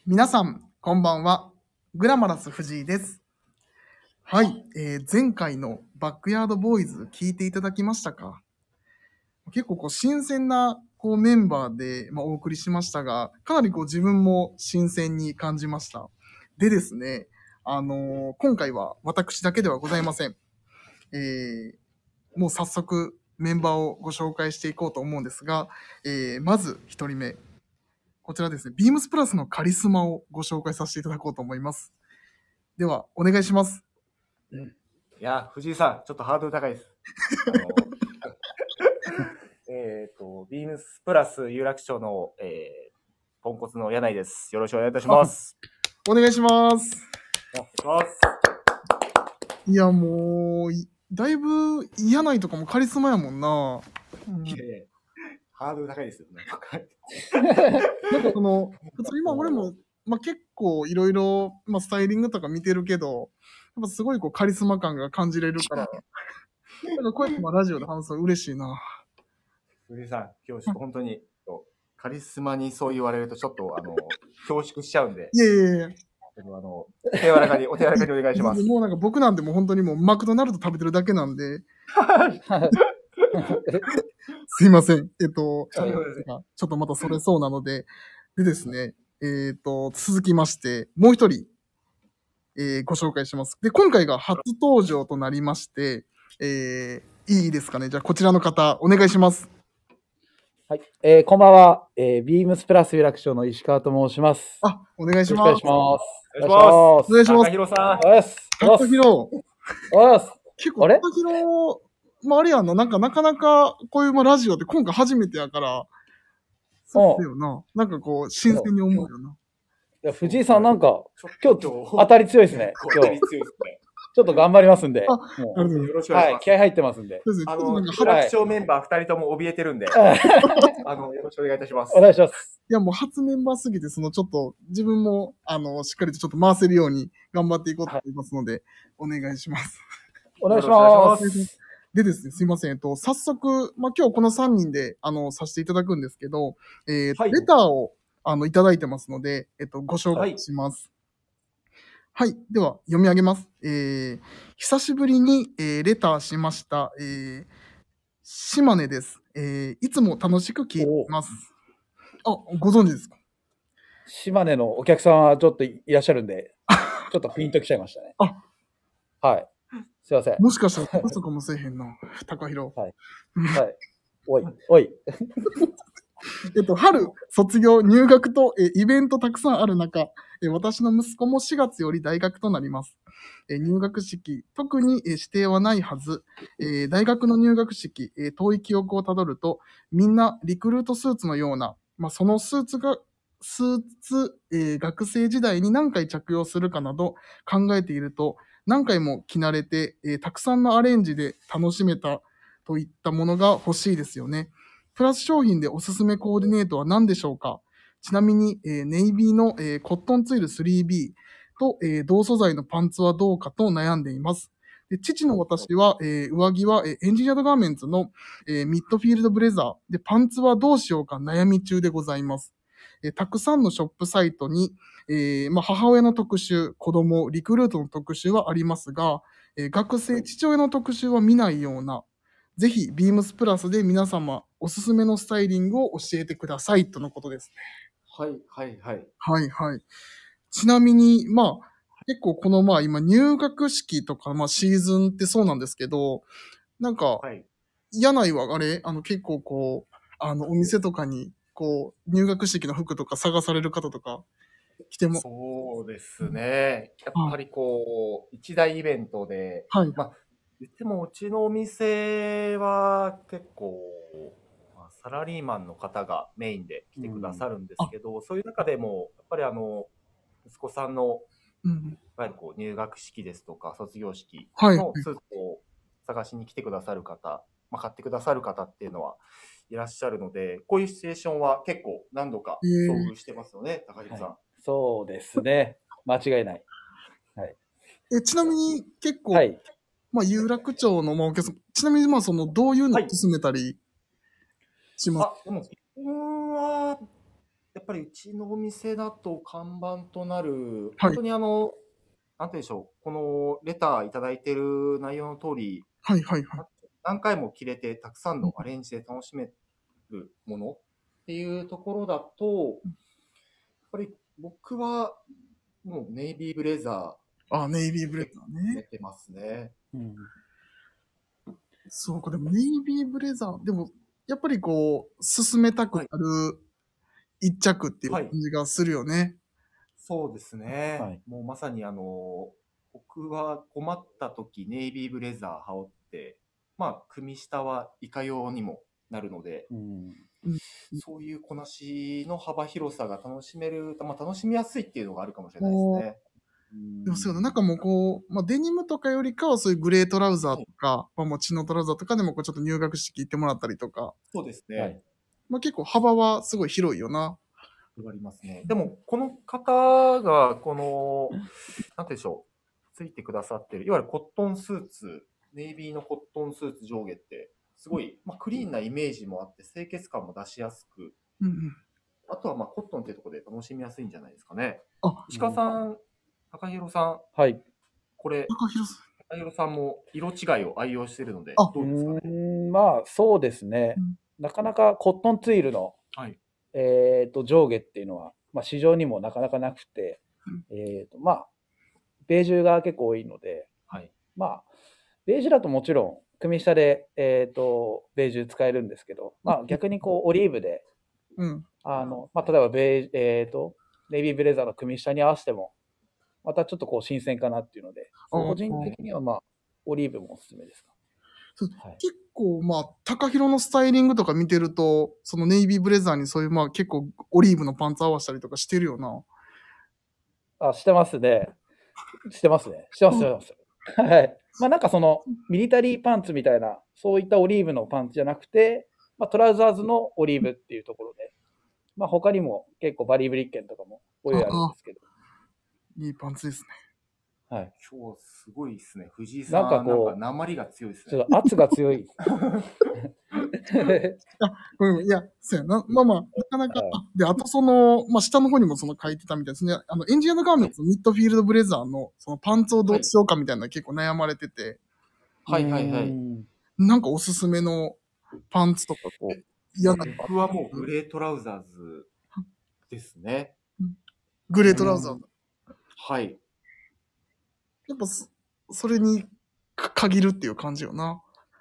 皆さん、こんばんは。グラマラス藤井です。はい、前回のバックヤードボーイズ聞いていただきましたか？結構新鮮なメンバーで、お送りしましたが、かなり自分も新鮮に感じました。でですね、今回は私だけではございません。もう早速メンバーをご紹介していこうと思うんですが、まず一人目。こちらですね、ビームスプラスのカリスマをご紹介させていただこうと思います。では、お願いします。 いや、藤井さん、ちょっとハードル高いです。ビームスプラス有楽町の、ポンコツの柳井です。よろしくお願いいたします。 お願いします。 お願いします。 いや、もう、だいぶ柳井とかもカリスマやもんな。 いやいや、ハードル高いですよね。 なんか普通今俺も、結構いろいろ、スタイリングとか見てるけど、やっぱすごいカリスマ感が感じれるから、なんかこうやってラジオで話すの嬉しいな。 藤井さん、今日本当に、カリスマにそう言われるとちょっと、恐縮しちゃうんで。 いやいやいや。 お手柔らかにお願いします。 もうなんか僕なんてもう本当にもうマクドナルド食べてるだけなんで。すいません。ちょっとまたそれそうなので。でですね、続きまして、もう一人、ご紹介します。で、今回が初登場となりまして、いいですかね。じゃあ、こちらの方、お願いします。 はい。こんばんは。ビームスプラス有楽町の石川と申します。 お願いします。 お願いします。 お願いします。 高弘さん。 高弘。結構、 あれ高弘、あれやんな、なんかなかなかこういうラジオって今回初めてやから、そうだよな。なんか新鮮に思うよな。 いや、藤井さんなんか、今日当たり強いですね。今日。ちょっと頑張りますんで。 よろしくお願いします。 はい、気合入ってますんで。 有楽町メンバー2人とも怯えてるんで、よろしくお願いいたします。 お願いします。 いや、もう初メンバーすぎて、ちょっと自分も、しっかりとちょっと回せるように頑張っていこうと思いますので、お願いします。 お願いします。 でですね、すいません。早速、今日この3人で、させていただくんですけど、レターを、いただいてますので、ご紹介します。はい。では、読み上げます。久しぶりに、レターしました。島根です。いつも楽しく聞いています。ご存知ですか？ 島根のお客さんはちょっといらっしゃるんで、ちょっとピンときちゃいましたね。はい。すいません。 もしかしたら、そうかもしれへんな。高弘。 はい。はい。おい。 春、卒業、入学と、イベントたくさんある中、私の息子も4月より大学となります。入学式、特に、指定はないはず。大学の入学式、遠い記憶をたどると、みんなリクルートスーツのような、そのスーツ、学生時代に何回着用するかなど考えていると、何回も着慣れて、たくさんのアレンジで楽しめたといったものが欲しいですよね。プラス商品でおすすめコーディネートは何でしょうか？ちなみに、ネイビーの、コットンツイル 3B と、同素材のパンツはどうかと悩んでいます。で父の私は、上着は、エンジニアードガーメンツの、ミッドフィールドブレザーで、パンツはどうしようか悩み中でございます。たくさんのショップサイトに、母親の特集、子供、リクルートの特集はありますが、学生、父親の特集は見ないような、ぜひ、ビームスプラスで皆様、おすすめのスタイリングを教えてください、とのことですね。 はい。 ちなみに、結構この今入学式とか、シーズンってそうなんですけど、なんか、柳井はあれ、結構お店とかに、入学式の服とか探される方とか、来ても。 そうですね。やっぱり一大イベントで、言ってもうちのお店は結構、サラリーマンの方がメインで来てくださるんですけど、そういう中でも、やっぱり息子さんの、いわゆる入学式ですとか、卒業式のスーツを探しに来てくださる方、買ってくださる方っていうのはいらっしゃるので、こういうシチュエーションは結構何度か遭遇してますよね、高弘さん。 そうですね。間違いない。はい。 ちなみに結構、有楽町のお客さん、ちなみにどういうのを勧めたりします？ でも自分は、やっっぱりうちのお店だと看板となる、本当になんて言うんでしょう、このレターいただいている内容の通り、何回も着れてたくさんのアレンジで楽しめるものっていうところだと、やっぱり僕はもうネイビーブレザー。 ネイビーブレザーね。 出てますね。 そうか、でもネイビーブレザー、でもやっぱりこう、進めたくなる一着っていう感じがするよね。 そうですね。もうまさに僕は困った時、ネイビーブレザー羽織って、組下はいかようにもなるので、そういうこなしの幅広さが楽しめる、楽しみやすいっていうのがあるかもしれないですね。 でもそういうの、なんかもうこう、デニムとかよりかはそういうグレートラウザーとか、もうチノトラウザーとかでもこうちょっと入学式行ってもらったりとか。 そうですね。 結構幅はすごい広いよな。 広がりますね。でも、この方が、なんて言うんでしょう、ついてくださってる、いわゆるコットンスーツ、ネイビーのコットンスーツ上下って、すごい、クリーンなイメージもあって、清潔感も出しやすく、あとはコットンっていうところで楽しみやすいんじゃないですかね。石川さん、高弘さん、これ、高弘さんも色違いを愛用しているので、どうですかね。 そうですね。なかなかコットンツイルの、上下っていうのは、市場にもなかなかなくて、ベージュが結構多いので、ベージュだともちろん、組下で、ベージュ使えるんですけど、逆にこう、オリーブで、例えばネイビーブレザーの組下に合わせても、またちょっとこう、新鮮かなっていうので、個人的にはオリーブもおすすめですか。 結構高弘のスタイリングとか見てると、そのネイビーブレザーにそういう結構オリーブのパンツ合わせたりとかしてるよな。 してますね。してます。はい。なんかそのミリタリーパンツみたいな、そういったオリーブのパンツじゃなくて、トラウザーズのオリーブっていうところで、他にも結構バリー・ブリッケンとかもご用意あるんですけど。 いいパンツですね。 今日すごいですね。藤井さん、なんかこう、鉛が強いですね。 圧が強い。 いや、そうやな。なかなか、で、あと下の方にも書いてたみたいですね。エンジニアのガーメンツのミッドフィールドブレザーの、そのパンツをどうしようかみたいな結構悩まれてて。なんかおすすめのパンツとか嫌なの？僕はもうグレートラウザーズですね。 グレートラウザーズ。やっぱそれに限るっていう感じよな。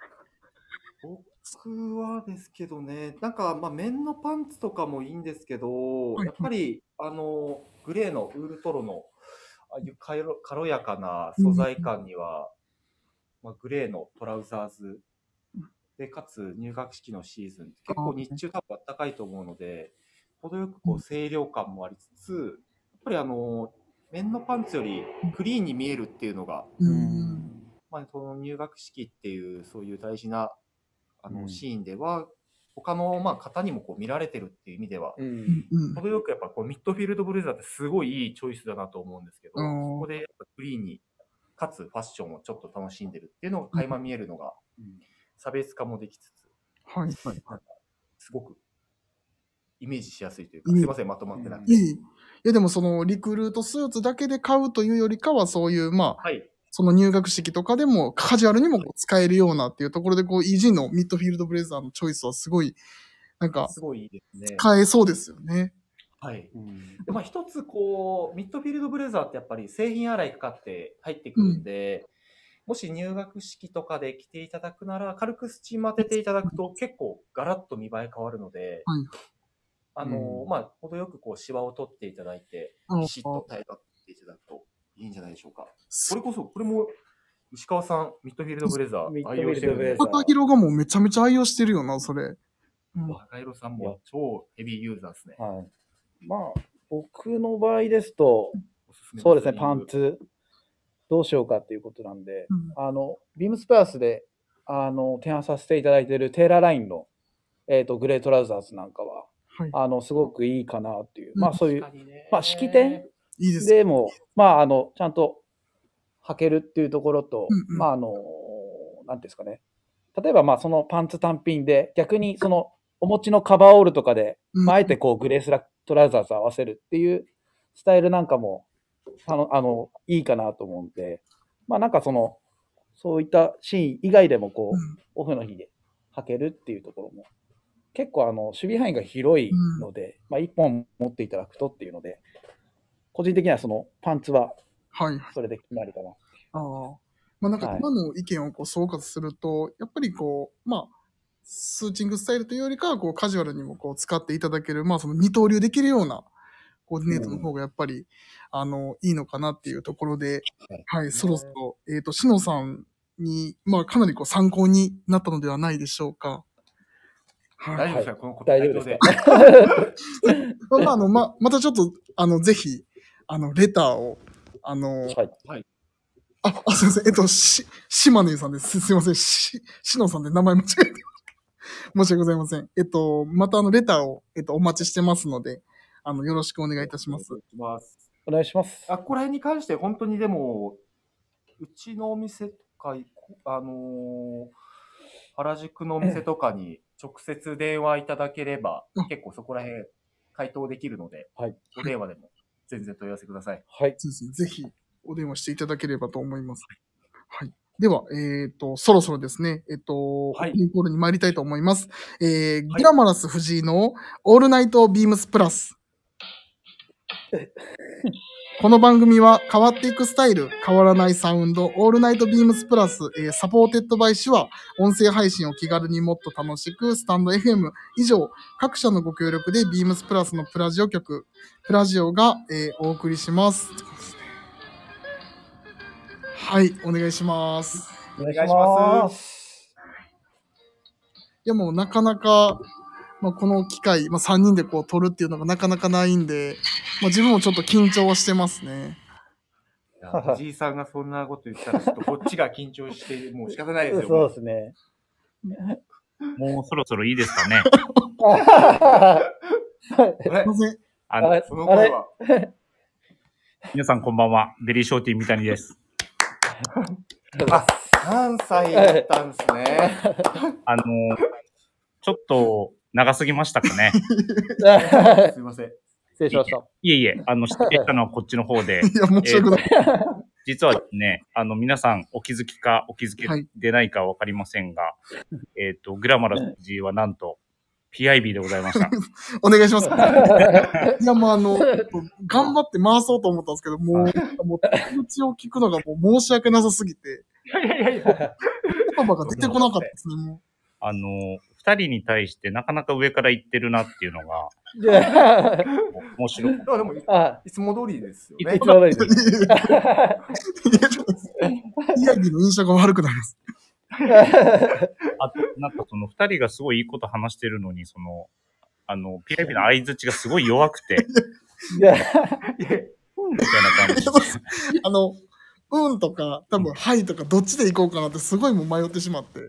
僕はですけどね、なんか綿のパンツとかもいいんですけど、やっぱりグレーのウールトロのああいう軽やかな素材感には、グレーのトラウザーズで、かつ入学式のシーズン、結構日中多分暖かいと思うので、程よくこう清涼感もありつつ、やっぱり綿のパンツよりクリーンに見えるっていうのが、その入学式っていうそういう大事なシーンでは、他の方にもこう見られてるっていう意味では、程よくやっぱこうミッドフィールドブレザーってすごいいいチョイスだなと思うんですけど、そこでやっぱクリーンに、かつファッションをちょっと楽しんでるっていうのが垣間見えるのが、差別化もできつつ、すごくイメージしやすいというか、すいません、まとまってなくて。 いや、でもそのリクルートスーツだけで買うというよりかは、そういう、その入学式とかでもカジュアルにも使えるようなっていうところで、イージーのミッドフィールドブレザーのチョイスはすごい、なんか、 すごいいいですね。 使えそうですよね。 で一つこう、ミッドフィールドブレザーってやっぱり製品洗いかかって入ってくるんで、もし入学式とかで着ていただくなら、軽くスチーム当てていただくと結構ガラッと見栄え変わるので、程よくこうシワを取っていただいて、ピシッと耐えたっていただくといいんじゃないでしょうか。これも石川さん、ミッドフィールドブレザー愛用してるんで。 高弘がもうめちゃめちゃ愛用してるよな、それ。 高弘さんも超ヘビーユーザーですね。 僕の場合ですと、そうですね、パンツ、どうしようかっていうことなんで、ビームスプラスで提案させていただいているテーラーラインの、グレートラウザーズなんかは、すごくいいかなっていう、そういう、式典でも、ちゃんと履けるっていうところと、なんていうんですかね、例えば、そのパンツ単品で、逆にそのお持ちのカバーオールとかで、あえてこうグレースラトラウザーズ合わせるっていうスタイルなんかも、いいかなと思うんで、まあなんかそういったシーン以外でもオフの日で履けるっていうところも、結構守備範囲が広いので、まあ1本持っていただくとっていうので、個人的にはパンツは、それで決まりかな。 まあなんか今の意見を総括すると、やっぱりまあ、スーチングスタイルというよりかは、カジュアルにも使っていただける、まあその二刀流できるようなコーディネートの方がやっぱり、いいのかなっていうところで、はい、そろそろ、しのさんに、まあかなり参考になったのではないでしょうか。 大丈夫ですか、この大丈夫ですか。またちょっと、ぜひ、レターを、 はい。 すいません。島根さんです。すいません。しのさんで名前間違えて申し訳ございません。またレターを、お待ちしてますので、よろしくお願いいたします。 お願いします。 ここら辺に関して本当にでも、うちのお店とか、原宿のお店とかに直接電話いただければ、結構そこら辺回答できるので、お電話でも全然問い合わせください。 はい。ぜひお電話していただければと思います。はい。では、そろそろですね、オープニングコールに参りたいと思います。グラマラス藤井のオールナイトビームスプラス。この番組は変わっていくスタイル、変わらないサウンド、オールナイトビームスプラス、サポーテッドバイシュア、音声配信を気軽にもっと楽しく、スタンド FM 以上、各社のご協力でビームスプラスのプラジオ局、プラジオが、お送りします。はい、お願いします。 お願いします。 いや、もうなかなか、まあ、この機会、まあ、3人で撮るっていうのがなかなかないんで、まあ、自分もちょっと緊張はしてますね。 藤井さんがそんなこと言ったら、ちょっとこっちが緊張して、もう仕方ないですよ。 そうですね。 もうそろそろいいですかね。 すいません。 その声は。 皆さんこんばんは。ベリーショーティー三谷です。 何歳だったんですね。 ちょっと長すぎましたかね。 すいません。 失礼しました。 いえ、知ってたのはこっちの方で。 いや、申し訳ない。 実はですね、皆さんお気づきかお気づきでないかわかりませんが、グラマラス藤井はなんと PIB でございました。 お願いします。いや、もう頑張って回そうと思ったんですけど、もう気持ちを聞くのがもう申し訳なさすぎて。言葉が出てこなかったですね、もう。 二人に対してなかなか上から言ってるなっていうのが、面白い。 でもいつも通りですよね。 いつも通りです。 PIB の印象が悪くなります。 あと、なんか二人がすごいいいこと話してるのに、PIB の相槌がすごい弱くて、みたいな感じ。 うんとか、多分、はいとか、どっちで行こうかなってすごいもう迷ってしまって。ちょ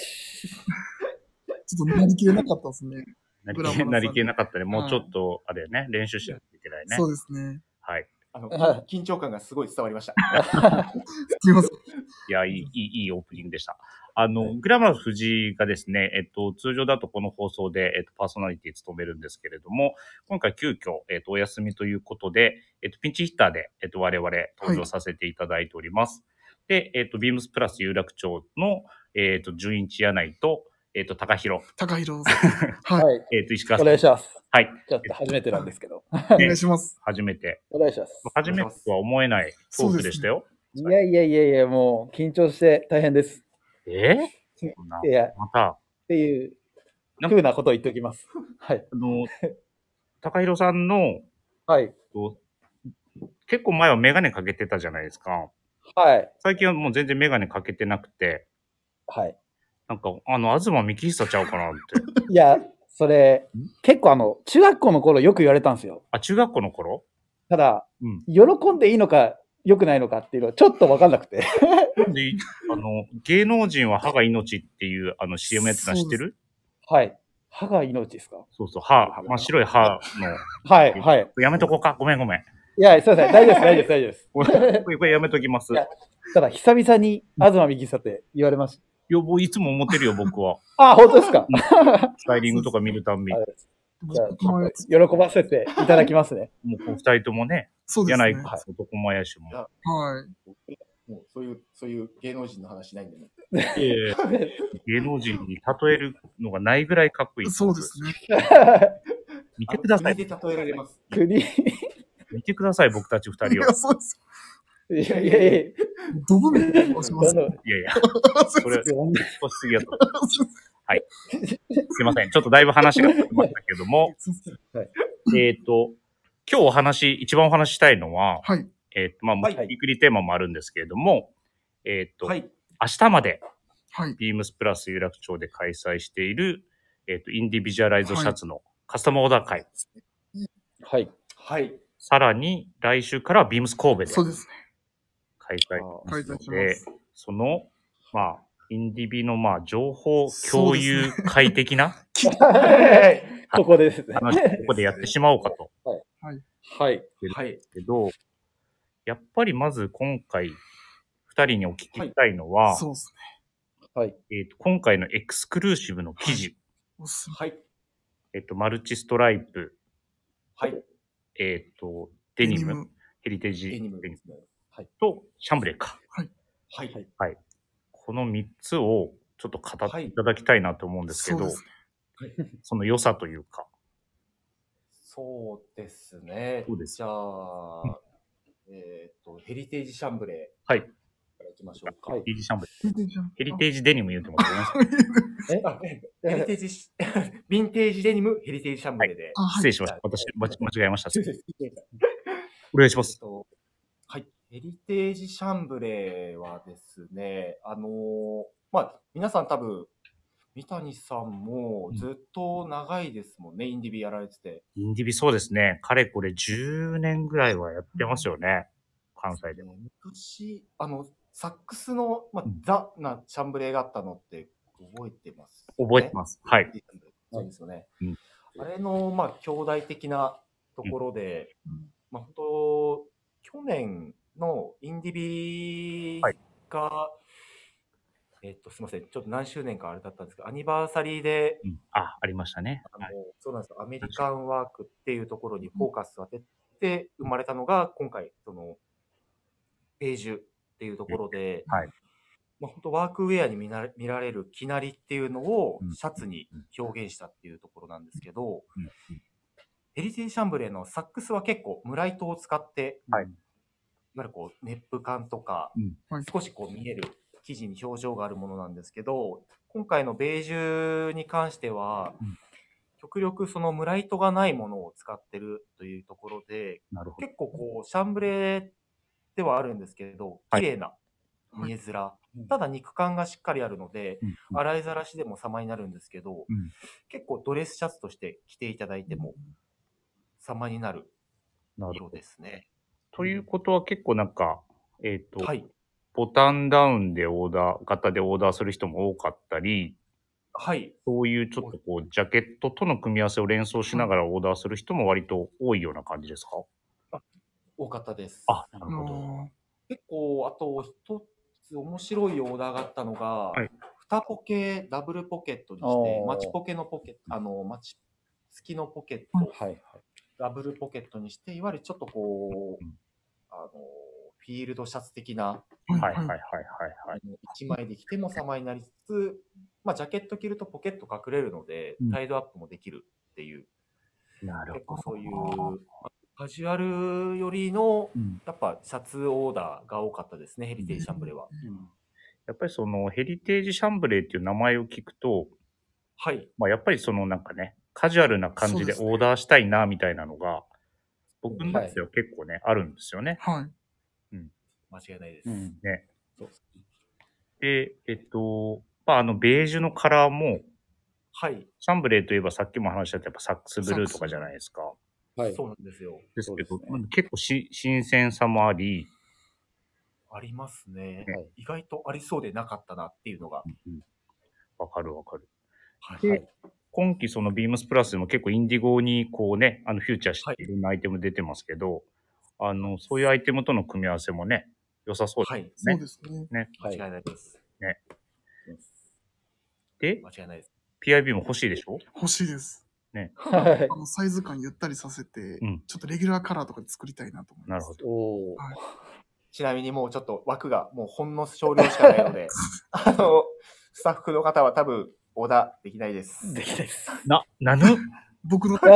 っとなりきれなかったですね。 なりきれなかったね。もうちょっと、あれね、練習しないといけないね。 そうですね。 はい。 緊張感がすごい伝わりました。 すみません。 いや、いいオープニングでした。グラマラス藤井がですね、通常だとこの放送で、パーソナリティ務めるんですけれども、今回急遽、お休みということで、ピンチヒッターで、我々登場させていただいております。で、ビームスプラス有楽町の、純一柳井と、高弘。 はい。 石川さん。お願いします。 はい。 ちょっと初めてなんですけど。 お願いします。 初めて。 お願いします。 初めてとは思えないトークでしたよ。 いや、もう緊張して大変です。いや、 また。 っていう風なことを言っておきます。はい。 高弘さんの、 はい。 結構前はメガネかけてたじゃないですか。 はい。 最近はもう全然メガネかけてなくて。 はい。 なんか、東幹久ちゃうかなって。 いや、それ、結構中学校の頃よく言われたんですよ。 中学校の頃？ ただ、喜んでいいのか、良くないのかっていうのはちょっと分かんなくて。 芸能人は歯が命っていうCM やってたの知ってる？ はい。歯が命ですか？ そう、真っ白い歯の。 はい。 やめとこうか。ごめん。 いや、すいません。大丈夫です。 これやめときます。 ただ、久々に東幹久って言われました。 いつも思ってるよ、僕は。 本当ですか？ スタイリングとか見るたんびに。 じゃあ、喜ばせていただきますね。 もう二人ともね、 そうですね。 柳子と小林も。 はい。 もうそういう芸能人の話ないんでね。 芸能人に例えるのがないぐらいかっこいい。 そうですね。 見てください。 国で例えられます。 見てください、僕たち二人を。 いや、そうですよ。いや。 ドブみたいな顔します。 いやいや、それ、少しすぎやと。はい。すいません。ちょっとだいぶ話が進みましたけども、 はい、 今日一番お話ししたいのは、 はい。 ウィークリーテーマもあるんですけれども、 はい、 明日まで、 はい、 ビームスプラス有楽町で開催している、インディビジュアライズシャツのカスタムオーダー会。 はい。 はい。 さらに、来週からはビームス神戸でそうですね。 開催しますので、 その、インディビの、情報共有会的な、 ここですね。 ここでやってしまおうかと。 はい。 はい。けど、やっぱりまず今回、二人にお聞きしたいのは、 そうですね。はい。 今回のエクスクルーシブの記事。 はい。 マルチストライプ。 はい。 デニム、ヘリテージデニムと、シャンブレーか。 はい。 はい。 はい。この3つをちょっと語っていただきたいなと思うんですけど、その良さというか。 そうですね。じゃあ、ヘリテージシャンブレー。 はい。 いきましょうか。 ヘリテージシャンブレー。ヘリテージデニム言ってもらっていいヘリテージ、ヴィンテージデニム、ヘリテージシャンブレーで。 失礼しました。私、間違えました。お願いします。 はい。ヘリテージシャンブレーはですね、皆さん多分、三谷さんもずっと長いですもんね、インディビやられてて。 インディビそうですね。かれこれ10年ぐらいはやってますよね。関西でも。 昔、サックスの、ザなシャンブレーがあったのって覚えてます、 ね？覚えてます。はい。 そうですよね。あれの、兄弟的なところで、本当、去年のインディビが、すみません、ちょっと何周年かあれだったんですけど、アニバーサリーで、 ありましたね。 そうなんですよ。アメリカンワークっていうところにフォーカスを当てて生まれたのが、今回、ベージュっていうところで、本当ワークウェアに見られる生成りっていうのをシャツに表現したっていうところなんですけど、ヘリテージシャンブレーのサックスは結構ムライトを使って、いわゆる熱風感とか、少し見える生地に表情があるものなんですけど、今回のベージュに関しては、極力そのムライトがないものを使ってるというところで、結構シャンブレーではあるんですけれど、綺麗な見え面、ただ肉感がしっかりあるので、洗いざらしでも様になるんですけど、結構ドレスシャツとして着ていただいても様になる色ですね。 ということは結構ボタンダウンで型でオーダーする人も多かったり、そういうちょっとジャケットとの組み合わせを連想しながらオーダーする人も割と多いような感じですか？ 多かったです。 なるほど。 結構、あと一つ面白いオーダーがあったのが、2ポケ、ダブルポケットにして、マチポケのポケット、マチ付きのポケット、ダブルポケットにして、いわゆるちょっとフィールドシャツ的な、1枚で着ても様になりつつ、ジャケット着るとポケット隠れるので、タイドアップもできるっていう、結構そういうカジュアルよりの、やっぱシャツオーダーが多かったですね、ヘリテージシャンブレーは。 やっぱりそのヘリテージシャンブレーっていう名前を聞くと、やっぱりカジュアルな感じでオーダーしたいなみたいなのが、僕の中では結構ね、あるんですよね。 間違いないです。 ね。で、ベージュのカラーも、シャンブレーといえばさっきも話したやっぱサックスブルーとかじゃないですか。 そうなんですよ。 ですけど、結構新鮮さもあり。 ありますね。意外とありそうでなかったなっていうのが。 わかる。で、今期そのビームスプラスでも結構インディゴにフューチャーしていろんなアイテム出てますけど、そういうアイテムとの組み合わせもね、良さそうですね。 そうですね。 間違いないです。 で、 間違いないです。 PIB も欲しいでしょ？ 欲しいです。 ね。 サイズ感ゆったりさせて、ちょっとレギュラーカラーとかで作りたいなと思います。 なるほど。 ちなみにもうちょっと枠がもうほんの少量しかないので、スタッフの方は多分オーダーできないです。 できないです。 僕の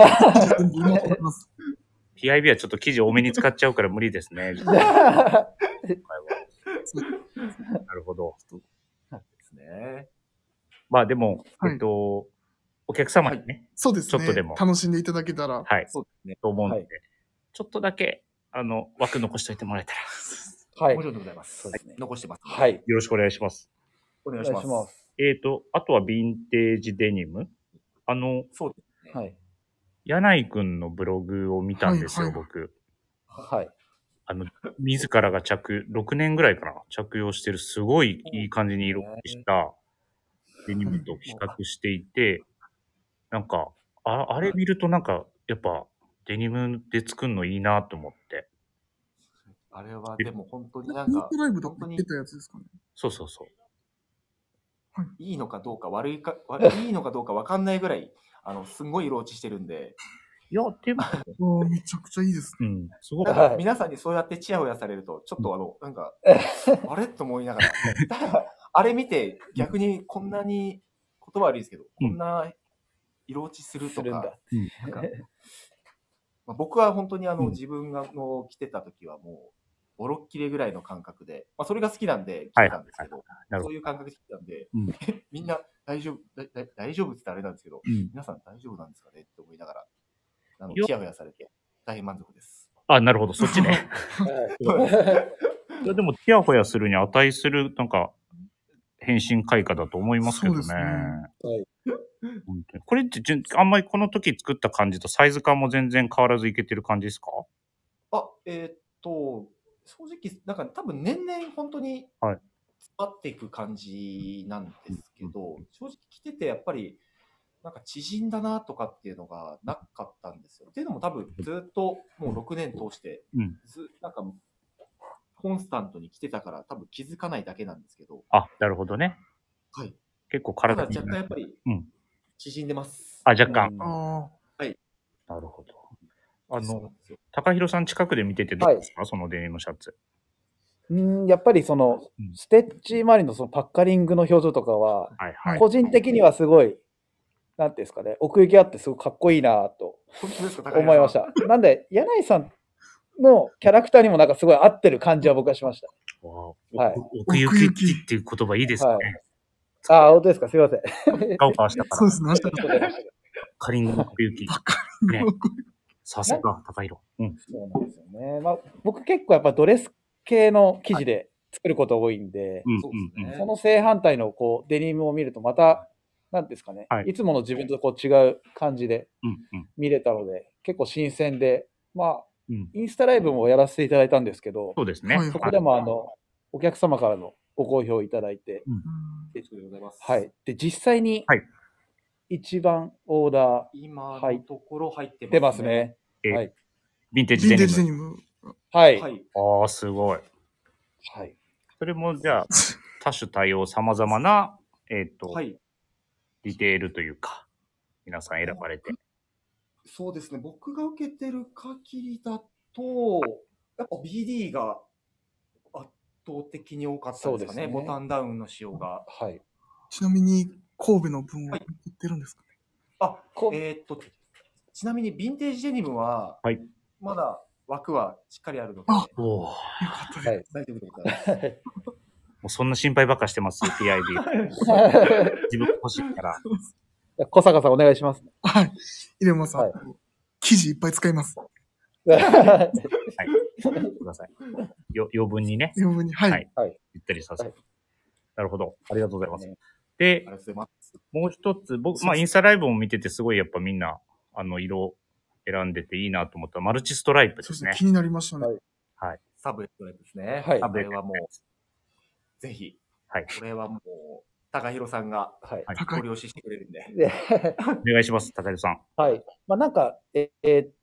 PIB はちょっと生地多めに使っちゃうから無理ですね。なるほど。 ですね。 まあでも、お客様にね、 そうですね。 ちょっとでも楽しんでいただけたら。 はい。 そうですね。 と思うので、ちょっとだけ、枠残しといてもらえたら。 はい。もちろんでございます。そうですね。残してます。 はい。 よろしくお願いします。 お願いします。 あとはヴィンテージデニム。 そうですね。 はい。 柳井くんのブログを見たんですよ、僕。 はい。 自らが6年ぐらいかな、着用してるすごいいい感じに色付けしたデニムと比較していて、なんか、あれ見るとなんか、やっぱデニムで作るのいいなと思って。 あれはでも本当になんか、 ライブとか言ってたやつですかね。 そうそうそう。 いいのかどうかいいのかどうかわかんないぐらい、すんごい色落ちしてるんで。 いや、でも。 めちゃくちゃいいですね。すごく。皆さんにそうやってチヤホヤされると、ちょっとなんか、あれと思いながら、あれ見て逆にこんなに、言葉悪いですけど、こんな色落ちするとか、僕は本当に自分が着てた時はもう、ボロッキレぐらいの感覚で、それが好きなんで着てたんですけど、そういう感覚で着てたんで、みんな大丈夫って言ったらあれなんですけど、皆さん大丈夫なんですかねって思いながら、チヤホヤされて大変満足です。 なるほど、そっちね。いや、でも、チヤホヤするに値する、なんか、変身開花だと思いますけどね。これって、あんまりこの時作った感じとサイズ感も全然変わらずいけてる感じですか？ 正直、なんか多分年々本当に詰まっていく感じなんですけど、正直着ててやっぱりなんか縮んだなとかっていうのがなかったんですよ。っていうのも多分ずっともう6年通してなんかコンスタントに着てたから多分気づかないだけなんですけど。 なるほどね。 はい。 結構体に。ただ若干やっぱり縮んでます。 若干。 はい。 なるほど。高弘さん近くで見ててどうですか、そのデニムシャツ。 やっぱりその、ステッチ周りのそのパッカリングの表情とかは、個人的にはすごい、なんていうんですかね、奥行きあってすごいかっこいいなと思いました。なんで、柳井さんのキャラクターにもなんかすごい合ってる感じは僕はしました。 奥行きっていう言葉いいですね。 本当ですか、すいません。 顔かわしたから。 そうですね。 カリングの奥行き。さすが、高弘。 そうなんですよね。僕結構やっぱドレス系の生地で作ること多いんで、その正反対のこうデニムを見るとまた、なんですかね、いつもの自分とこう違う感じで見れたので、結構新鮮で、インスタライブもやらせていただいたんですけど、 そうですね。 そこでもお客様からのご好評いただいて、で、実際に一番オーダー今のところ入ってますね。 ヴィンテージデニム。 はい。 すごい。 はい。 それもじゃあ、多種多様様々な、ディテールというか、皆さん選ばれて。 そうですね。僕が受けてる限りだと、やっぱ BD が圧倒的に多かったですかね。ボタンダウンの仕様が。 ちなみに、神戸の分は売ってるんですかね。 ちなみにヴィンテージデニムは、まだ枠はしっかりあるので、 よかったです。 大丈夫でございます。 もうそんな心配ばっかしてます、PIB。自分欲しいから。 小坂さんお願いします。 はい。入れます。生地いっぱい使います。 はい。 ください。余分にね。 余分に。 ゆったりさせて。なるほど。ありがとうございます。で、もう一つ、僕、インスタライブも見てて、すごいやっぱみんな、色選んでていいなと思ったマルチストライプですね。 気になりましたね。 はい。 サブストライプですね。 はい。 これはもう、ぜひ。はい。これはもう、高弘さんが、ご了承してくれるんで。 お願いします、高弘さん。 はい。なんか、4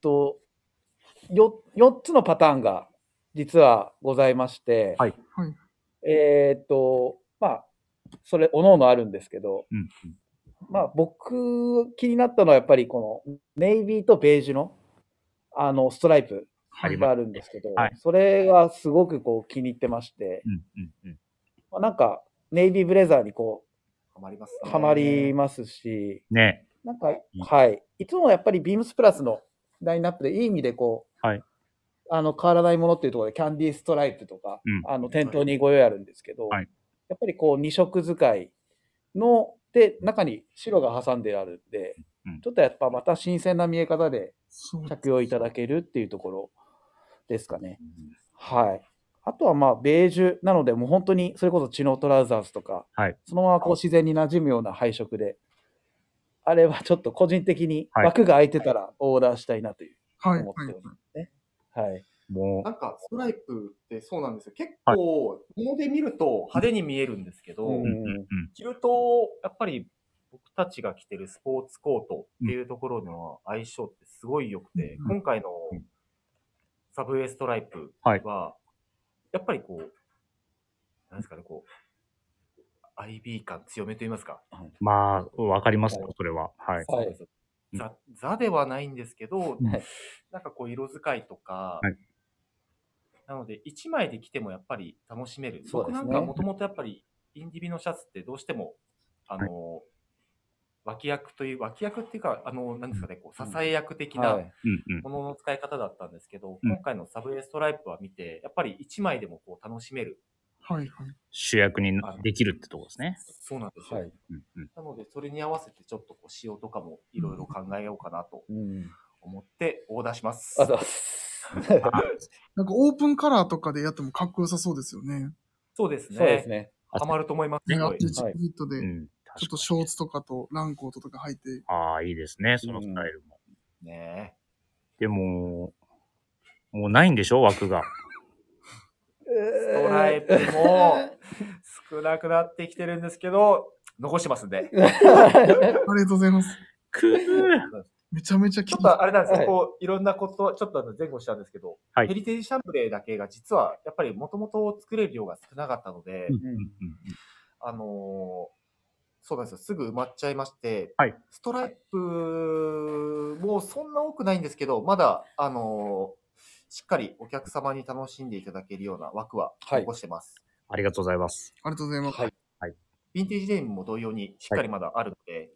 つのパターンが実はございまして、 はい。 それ、おのおのあるんですけど、 まあ僕気になったのはやっぱりこのネイビーとベージュのストライプがあるんですけど、 はい、 それがすごくこう気に入ってまして、まあ、なんかネイビーブレザーにこうはまりますし、 ね、 なんかはい、いつもやっぱりビームスプラスのラインナップでいい意味でこう、 はい、 変わらないものっていうところでキャンディーストライプとか、店頭にご用意あるんですけど、 はい、 やっぱりこう2色使いので中に白が挟んであるんで、ちょっとやっぱまた新鮮な見え方で着用いただけるっていうところですかね。はい。あとはまあベージュなのでもう本当にそれこそチノトラウザーズとか、 はい、 そのままこう自然に馴染むような配色で、あれはちょっと個人的に枠が空いてたらオーダーしたいなという思っておりますね。はい。 もうなんかストライプってそうなんですよ。結構、物で見ると派手に見えるんですけど、着るとやっぱり僕たちが着てるスポーツコートっていうところの相性ってすごい良くて、今回のサブウェイストライプは、やっぱりこう、なんですかね、こう、IB 感強めと言いますか。 まあ、わかりますよ、それは。はい。 そうです。ザではないんですけど、なんかこう色使いとか、なので1枚で着てもやっぱり楽しめる。僕なんかもともとやっぱりインディビのシャツってどうしても、脇役っていうか、なんですかね、こう支え役的なものの使い方だったんですけど、今回のサブウェイストライプは見て、やっぱり1枚でもこう楽しめる。 主役にできるってとこですね。 そうなんですよ。なので、それに合わせてちょっとこう仕様とかもいろいろ考えようかなと思ってオーダーします。 なんかオープンカラーとかでやってもかっこよさそうですよね。 そうですね。そうですね。ハマると思います。 ね、アッチフィットで、ちょっとショーツとかとランコートとか履いて。 ああ、いいですね、そのスタイルも。 ねでも、もうないんでしょ、枠が。 ストライプも少なくなってきてるんですけど、残してますんで。 ありがとうございます。めちゃめちゃちょっとあれなんですよ、こう、いろんなこと、ちょっと前後したんですけど、ヘリテージシャンプレーだけが実は、やっぱりもともと作れる量が少なかったので、そうなんですよ、すぐ埋まっちゃいまして、ストライプもそんな多くないんですけど、まだ、しっかりお客様に楽しんでいただけるような枠は残してます。 ありがとうございます。 ありがとうございます。 ヴィンテージデニムも同様にしっかりまだあるので、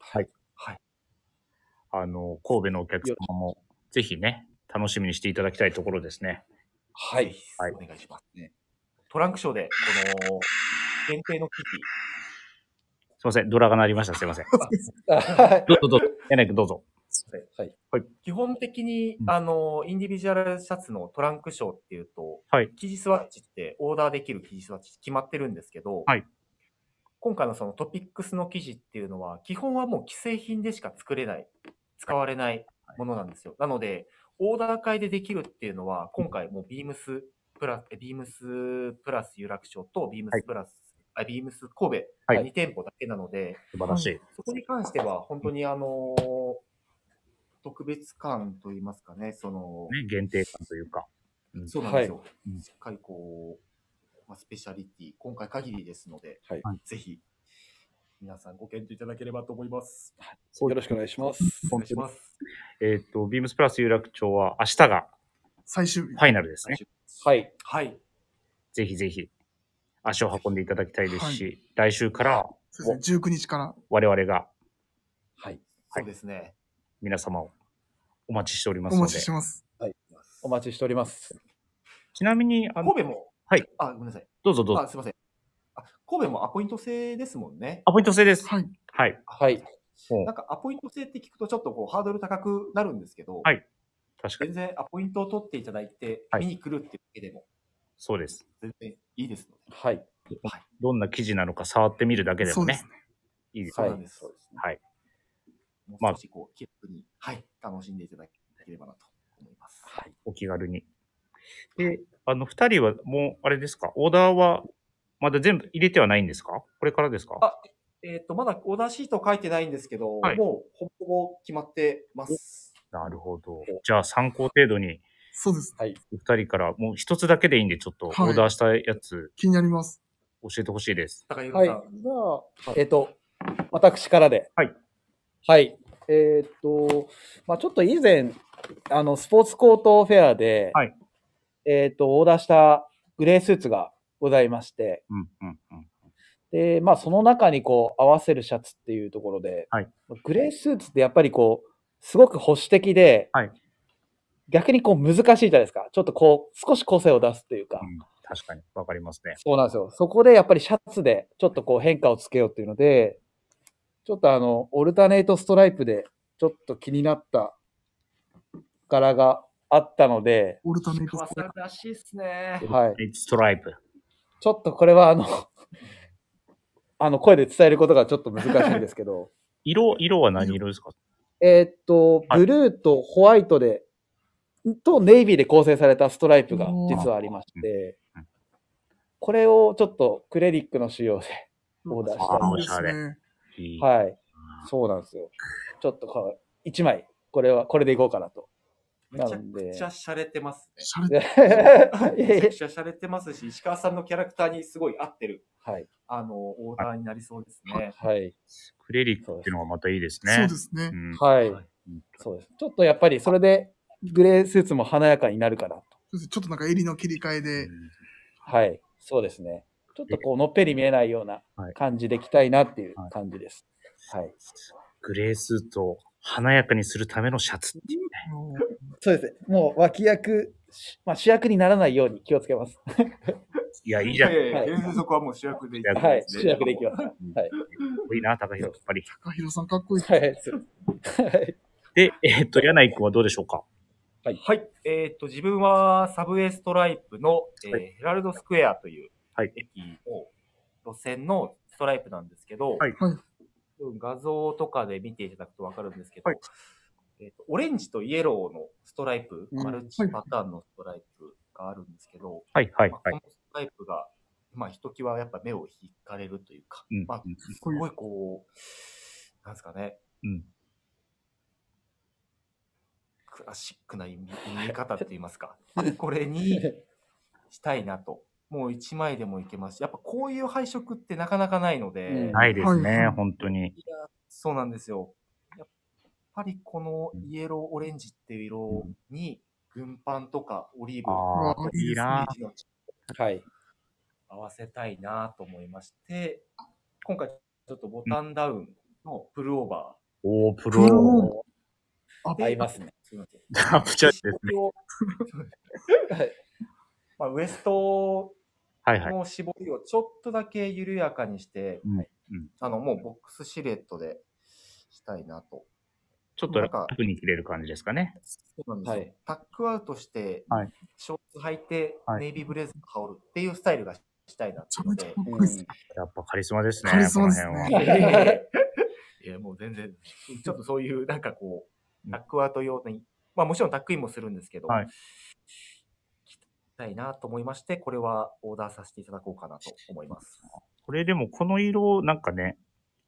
神戸のお客様もぜひね、楽しみにしていただきたいところですね。 はい。お願いしますね。トランクショーで、この、限定の生地。 すいません、ドラが鳴りました。すいません。どうぞ。柳君どうぞ。 基本的に、インディビジュアルシャツのトランクショーっていうと、生地スワッチってオーダーできる生地スワッチ決まってるんですけど、今回のそのトピックスの生地っていうのは、基本はもう既製品でしか作れない、使われないものなんですよ。なので、オーダー会でできるっていうのは、今回もうビームスプラス有楽町とビームス神戸、2店舗だけなので、 素晴らしい。 そこに関しては本当に特別感といいますかね、 限定感というか。 そうなんですよ。しっかりこう、スペシャリティ、今回限りですので、ぜひ、皆さんご検討いただければと思います。 よろしくお願いします。 お願いします。 ビームスプラス有楽町は明日が最終日。 ファイナルですね。 はい。 ぜひぜひ足を運んでいただきたいですし、来週からそうですね、19日から我々が、 そうですね。 皆様をお待ちしておりますので。 お待ちしてます。 お待ちしております。 ちなみに、 神戸も、ごめんなさい。 どうぞどうぞ。 すいません。神戸もアポイント制ですもんね。 アポイント制です。 はい。 なんかアポイント制って聞くとちょっとこうハードル高くなるんですけど、 確か全に。 然アポイントを取っていただいて、見に来るっていうだけでも、 そうです。 全然いいですので。 どんな記事なのか触ってみるだけでもね。いいですね。そうなんです。 はい。 もう少しこう、気楽に、楽しんでいただければなと思います。 お気軽に。で、二人はもう、あれですか、オーダーはまだ全部入れてはないんですか？これからですか？ まだオーダーシート書いてないんですけど、もうほぼ決まってます。 なるほど。じゃあ参考程度に。 そうです。 二人からもう一つだけでいいんで、ちょっとオーダーしたやつ。 気になります。 教えてほしいです。 はい。じゃあ、私からで。 はい。まあちょっと以前、スポーツコートフェアで、 はい。 オーダーしたグレースーツがございまして、で、まあその中にこう合わせるシャツっていうところで、 はい、 グレースーツってやっぱりこう、すごく保守的で、 はい、 逆にこう難しいじゃないですか。ちょっとこう、少し個性を出すっていうか。 確かに、わかりますね。 そうなんですよ。そこでやっぱりシャツでちょっとこう変化をつけようっていうので、ちょっとオルタネートストライプでちょっと気になった柄があったので、 オルタネートストライプらしいですね。 はい。 ストライプ。 ちょっとこれは声で伝えることがちょっと難しいんですけど。 色は何色ですか？ ブルーとホワイトで、とネイビーで構成されたストライプが実はありまして、これをちょっとクレリックの仕様でオーダーしたいですね。 はい。そうなんですよ。ちょっと1枚、これでいこうかなと。 めちゃくちゃ洒落てますね。 めちゃくちゃ洒落てますし、石川さんのキャラクターにすごい合ってる、 はい、 オーダーになりそうですね。 はい。 クレリックっていうのがまたいいですね。 そうですね。 はい。そうです。ちょっとやっぱりそれでグレースーツも華やかになるかなと。 ちょっとなんか襟の切り替えで。 はい。そうですね。ちょっとこうのっぺり見えないような感じでいきたいなっていう感じです。はい。 グレースーツを華やかにするためのシャツっていうね。 そうですね。もう脇役、まあ主役にならないように気をつけます。 いや、いいじゃん。 そこはもう主役でいきます。はい、主役でいきます。はい。 いいな、高弘、やっぱり。 高弘さんかっこいい。 はい。 で、柳井君はどうでしょうか？ はい。はい。自分はサブウェイストライプの、ヘラルドスクエアという駅の路線のストライプなんですけど、 はい。 画像とかで見ていただくとわかるんですけど、オレンジとイエローのストライプ、マルチパターンのストライプがあるんですけど、 はいはいこのストライプが、まあ、ひときわやっぱ目を引かれるというか、まあ、すごいこう、なんですかね、クラシックな見え方って言いますか、これにしたいなと。もう一枚でもいけますし、やっぱこういう配色ってなかなかないので。 ないですね、本当に。 いや、そうなんですよ。やっぱりこのイエローオレンジっていう色に、軍パンとかオリーブ、 いいな。 はい。 合わせたいなと思いまして、今回ちょっとボタンダウンのプルオーバー。 おー、プルオーバー。合いますね。 すみません。 ダブチャですね。 まあ、ウエストの絞りをちょっとだけ緩やかにして、もうボックスシルエットでしたいなと。 ちょっと楽に切れる感じですかね。 そうなんですよ。タックアウトして、ショーツ履いて、ネイビーブレーズ羽織るっていうスタイルがしたいなってので。 やっぱカリスマですね、 カリスマですね。いや、もう全然、ちょっとそういう、なんかこう、タックアウト用に、まあもちろんタックインもするんですけど、たいなと思いまして、これはオーダーさせていただこうかなと思います。 これでもこの色なんかね、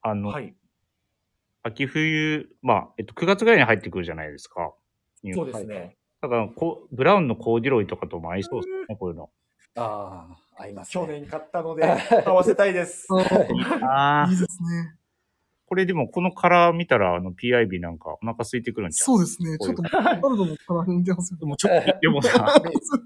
秋冬、まあ、9月ぐらいに入ってくるじゃないですか。 そうですね。 だからブラウンのコーデュロイとかとも合いそうですね、こういうの。 ああ、合います、 ね。去年買ったので、合わせたいです。 いいですね。 これでもこのカラー見たら、PIB なんかお腹空いてくるんじゃん。 そうですね。ちょっと、バルドのカラーに似てますよ。 でもちょっと、でもさ、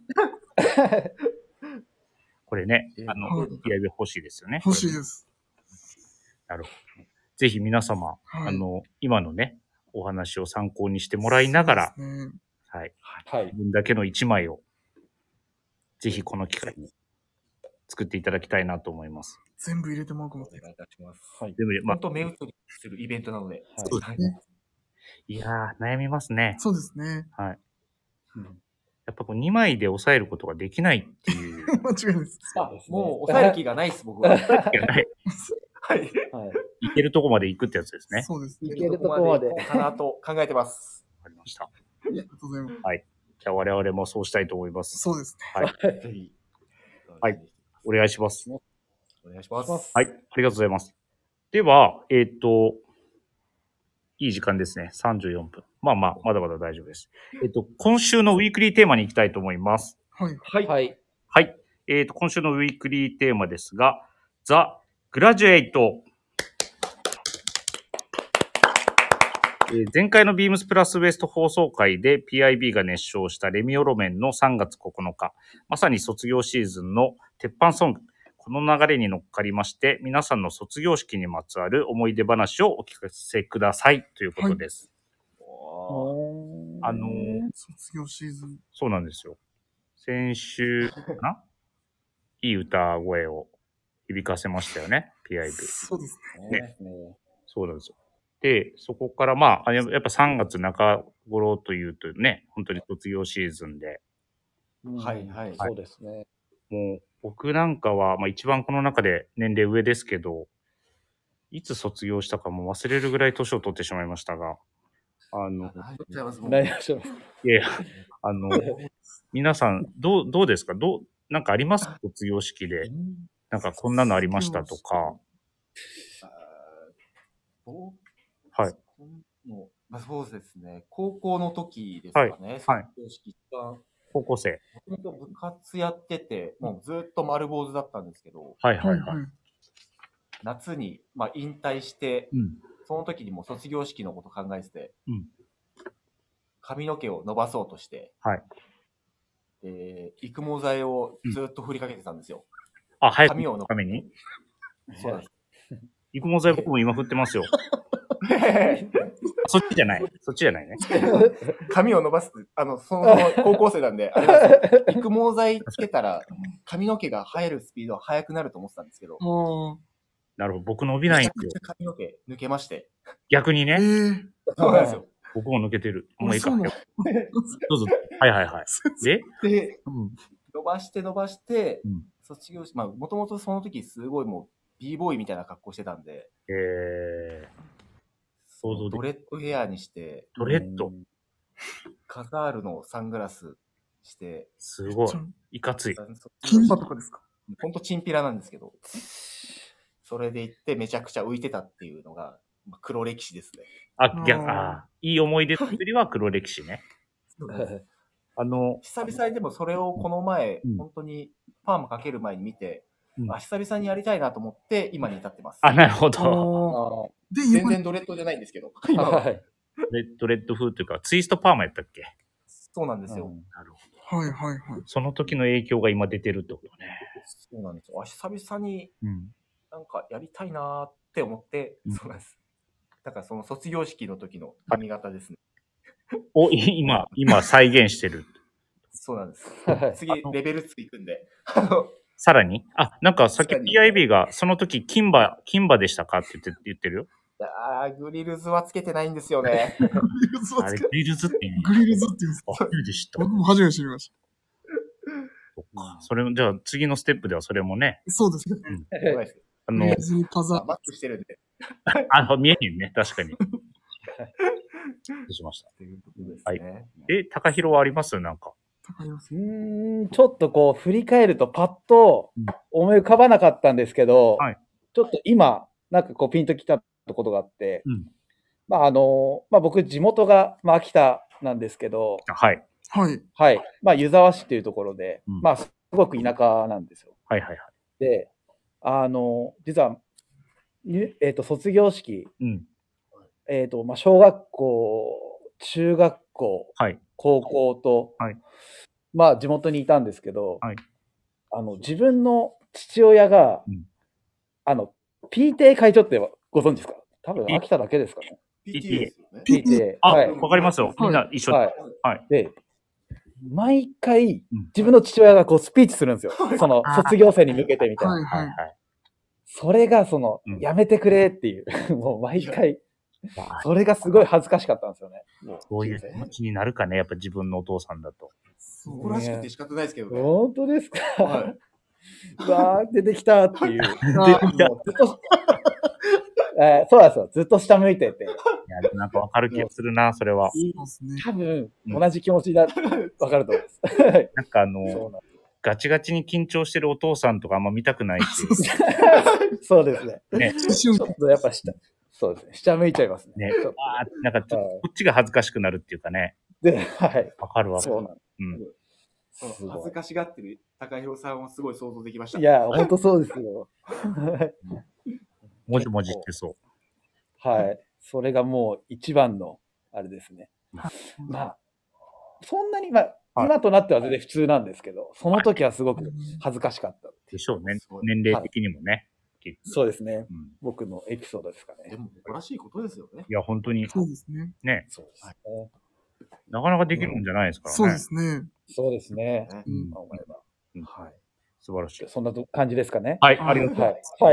これね、PIB 欲しいですよね。 欲しいです。 なるほど。ぜひ皆様、今のね、お話を参考にしてもらいながら、はい。自分だけの一枚を、ぜひこの機会に作っていただきたいなと思います。 全部入れてもらうかもしれない。 お願いいたします。 はい。 本当目移りするイベントなので。 そうですね。 いやー、悩みますね。 そうですね。 はい。やっぱこう2枚で抑えることができないっていう。 間違いないです。 もう抑える気がないです、僕は。 抑える気がない。 はい。 いけるとこまで行くってやつですね。 そうですね。 いけるとこまで。 かなと考えてます。 わかりました。 ありがとうございます。 はい。じゃあ我々もそうしたいと思います。 そうですね。はい。ぜひ。はい。お願いします。 お願いします。 はい。ありがとうございます。では、いい時間ですね。34分。まあまあ、まだまだ大丈夫です。今週のウィークリーテーマに行きたいと思います。 はい。 はい。 はい。今週のウィークリーテーマですが、ザ・グラジュエイト。 前回のビームスプラスウエスト放送会で PIB が熱唱したレミオロメンの3月9日、まさに卒業シーズンの鉄板ソング、この流れに乗っかりまして、皆さんの卒業式にまつわる思い出話をお聞かせくださいということです。 はい、卒業シーズン。そうなんですよ。 先週かないい歌声を響かせましたよね、PIB。 そうですね。そうなんですよ。で、そこからまあ、やっぱ3月中頃というとね、本当に卒業シーズンで。 はいはい、そうですね。 もう、僕なんかは、まあ一番この中で年齢上ですけど、いつ卒業したかも忘れるぐらい年を取ってしまいましたが、いや、皆さん、どうですか？なんかあります？卒業式で。なんかこんなのありましたとか。はい。 まあ、そうですね。高校の時ですかね。 はい。 卒業式が。 高校生。 もともと部活やってて、もうずっと丸坊主だったんですけど、 はいはいはい。 夏に、まあ、引退して、 うん、 その時にもう卒業式のこと考えてて、 うん、 髪の毛を伸ばそうとして、 はい。 育毛剤をずっと振りかけてたんですよ。 あ、早く髪を伸ばすために？ そうです。 育毛剤僕も今振ってますよ。そっちじゃない。そっちじゃないね。 髪を伸ばす、その高校生なんで、あれなんですよ。育毛剤つけたら、髪の毛が生えるスピードは速くなると思ってたんですけど。 なるほど。僕伸びないんですよ。 髪の毛抜けまして。 逆にね。 そうなんですよ。 僕も抜けてる。もういいか。どうぞ。はいはいはい。で、 伸ばして、卒業し、まあ、もともとその時すごいもう、b ボーイみたいな格好してたんで。ドレッドヘアにして、 ドレッドカザールのサングラスして、 すごい。いかつい。 金馬とかですか？ ほんとチンピラなんですけど、それで行ってめちゃくちゃ浮いてたっていうのが、黒歴史ですね。 いい思い出というよりは黒歴史ね。 久々にでもそれをこの前、本当にパーマかける前に見て、久々にやりたいなと思って今に至ってます。 なるほど。 全然ドレッドじゃないんですけど。 ドレッド風というか、ツイストパーマやったっけ？ そうなんですよ。 なるほど。 はいはいはい。 その時の影響が今出てるってことね。 そうなんですよ。久々になんかやりたいなって思って、そうなんです。だからその卒業式の時の髪型ですね。 今再現してる。 そうなんです。次、レベル2いくんで。 さらになんかさっき PIB がその時金馬でしたかって言ってるよ。 グリルズはつけてないんですよね。 グリルズって言うんグリルズって言うんですか？ 初めて知った。 僕も初めて知りました。 そっか。それも、じゃあ次のステップではそれもね。 そうですね。 マックしてるんで。 見えへんね。確かに。どうしました。はい。高弘はありますなんか。 ちょっとこう振り返るとパッと思い浮かばなかったんですけど、ちょっと今なんかこうピンときたことがあって、僕地元が秋田なんですけど、 はい湯沢市っていうところで、すごく田舎なんですよ。で、実は卒業式、小学校、中学校、高校と、地元にいたんですけど、自分の父親が、PTA 会長ってご存知ですか？多分秋田だけですかね。 PTA。 わかりますよ。みんな一緒で、毎回、自分の父親がこうスピーチするんですよ。その卒業生に向けてみたいな。それがやめてくれっていう、もう毎回、それがすごい恥ずかしかったんですよね。 そういう気持ちになるかね、やっぱ自分のお父さんだと。 誇らしくて仕方ないですけどね。 本当ですか？うわー、出てきたっていう。そうなんですよ。ずっと下向いてて。 なんかわかる気がするな、それは。 多分、同じ気持ちだ、わかると思います。 なんかガチガチに緊張してるお父さんとかあんま見たくないし。 そうですね。ちょっとやっぱそうですね。下向いちゃいますね。 なんかこっちが恥ずかしくなるっていうかね。わかるわ。 そうなんです。恥ずかしがってる高弘さんをすごい想像できました。 いや、本当そうですよ。 もじもじしてそう。 はい。 それがもう一番の、あれですね。まあ、そんなに、まあ、今となっては全然普通なんですけど、その時はすごく恥ずかしかった。 でしょうね。年齢的にもね。 そうですね。僕のエピソードですかね。 でも、誇らしいことですよね。 いや、本当に。 そうですね。 ね。 そうですね。 なかなかできるもんじゃないですからね。 そうですね。 そうですね。 思えば。 はい。素晴らしい。 そんな感じですかね。 はい、ありがとうございます。 はい。